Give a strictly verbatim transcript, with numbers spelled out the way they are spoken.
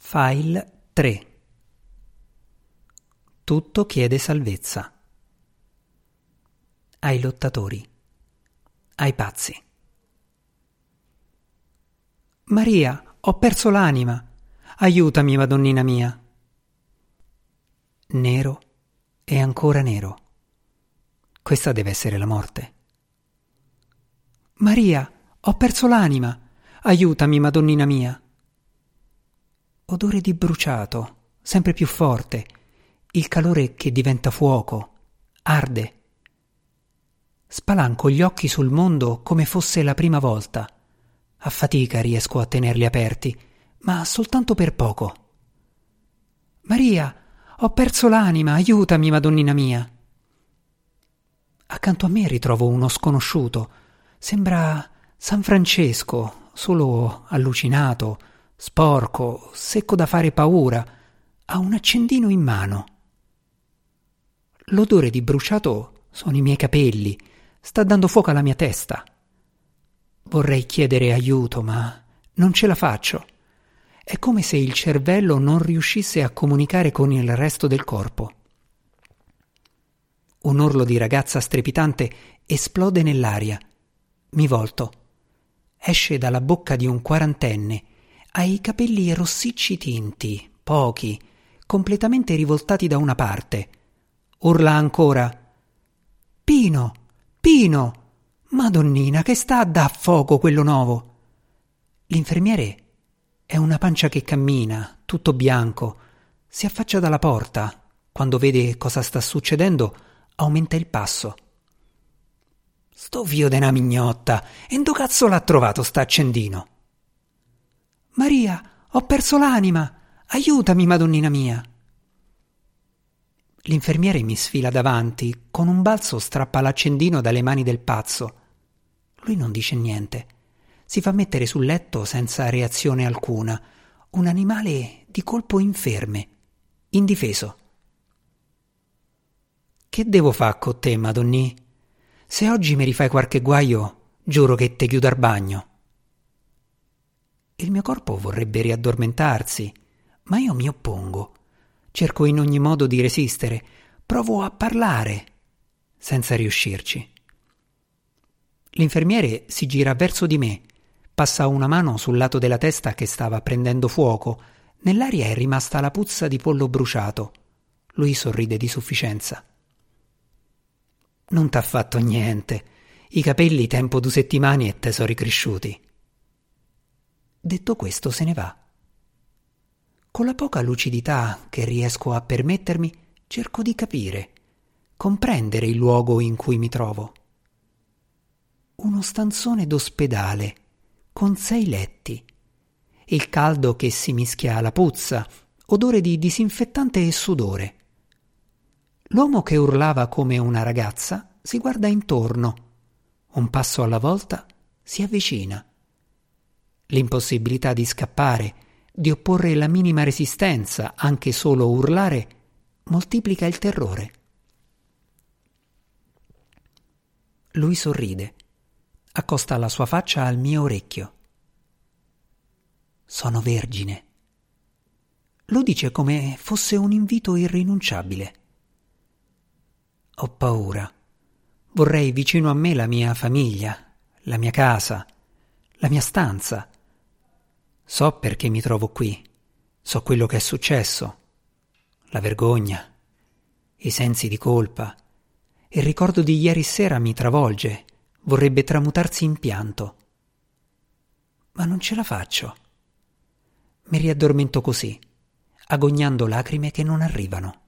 File tre. Tutto chiede salvezza. Ai lottatori. Ai pazzi. Maria, ho perso l'anima. Aiutami, Madonnina mia. Nero e ancora nero. Questa deve essere la morte. Maria, ho perso l'anima. Aiutami, Madonnina mia. Odore di bruciato, sempre più forte, il calore che diventa fuoco, arde. Spalanco gli occhi sul mondo come fosse la prima volta. A fatica riesco a tenerli aperti, ma soltanto per poco. Maria, ho perso l'anima, aiutami, Madonnina mia. Accanto a me ritrovo uno sconosciuto. Sembra San Francesco, solo allucinato, sporco, secco da fare paura, ha un accendino in mano. L'odore di bruciato sono i miei capelli, sta dando fuoco alla mia testa. Vorrei chiedere aiuto, ma non ce la faccio. È come se il cervello non riuscisse a comunicare con il resto del corpo. Un urlo di ragazza strepitante esplode nell'aria. Mi volto. Esce dalla bocca di un quarantenne. Ha i capelli rossicci tinti, pochi, completamente rivoltati da una parte. Urla ancora. Pino! Pino! Madonnina, che sta a da fuoco quello nuovo! L'infermiere è una pancia che cammina, tutto bianco. Si affaccia dalla porta. Quando vede cosa sta succedendo, aumenta il passo. Sto fio de' na mignotta! E ndo cazzo l'ha trovato sta accendino? Maria, ho perso l'anima! Aiutami, Madonnina mia! L'infermiere mi sfila davanti, con un balzo strappa l'accendino dalle mani del pazzo. Lui non dice niente. Si fa mettere sul letto senza reazione alcuna. Un animale di colpo inferme, indifeso. Che devo fa' con te, Madonnì? Se oggi mi rifai qualche guaio, giuro che te chiudo al bagno. Il mio corpo vorrebbe riaddormentarsi, ma io mi oppongo. Cerco in ogni modo di resistere, provo a parlare, senza riuscirci. L'infermiere si gira verso di me, passa una mano sul lato della testa che stava prendendo fuoco. Nell'aria è rimasta la puzza di pollo bruciato. Lui sorride di sufficienza. Non t'ha fatto niente. I capelli tempo due settimane e te so ricresciuti. Detto questo se ne va. Con la poca lucidità che riesco a permettermi, cerco di capire, comprendere il luogo in cui mi trovo. Uno stanzone d'ospedale, con sei letti. Il caldo che si mischia alla puzza, odore di disinfettante e sudore. L'uomo che urlava come una ragazza si guarda intorno. Un passo alla volta si avvicina. L'impossibilità di scappare, di opporre la minima resistenza, anche solo urlare, moltiplica il terrore. Lui sorride, accosta la sua faccia al mio orecchio. Sono vergine. Lo dice come fosse un invito irrinunciabile. Ho paura. Vorrei vicino a me la mia famiglia, la mia casa, la mia stanza. So perché mi trovo qui, so quello che è successo, la vergogna, i sensi di colpa. Il ricordo di ieri sera mi travolge, vorrebbe tramutarsi in pianto. Ma non ce la faccio. Mi riaddormento così, agognando lacrime che non arrivano.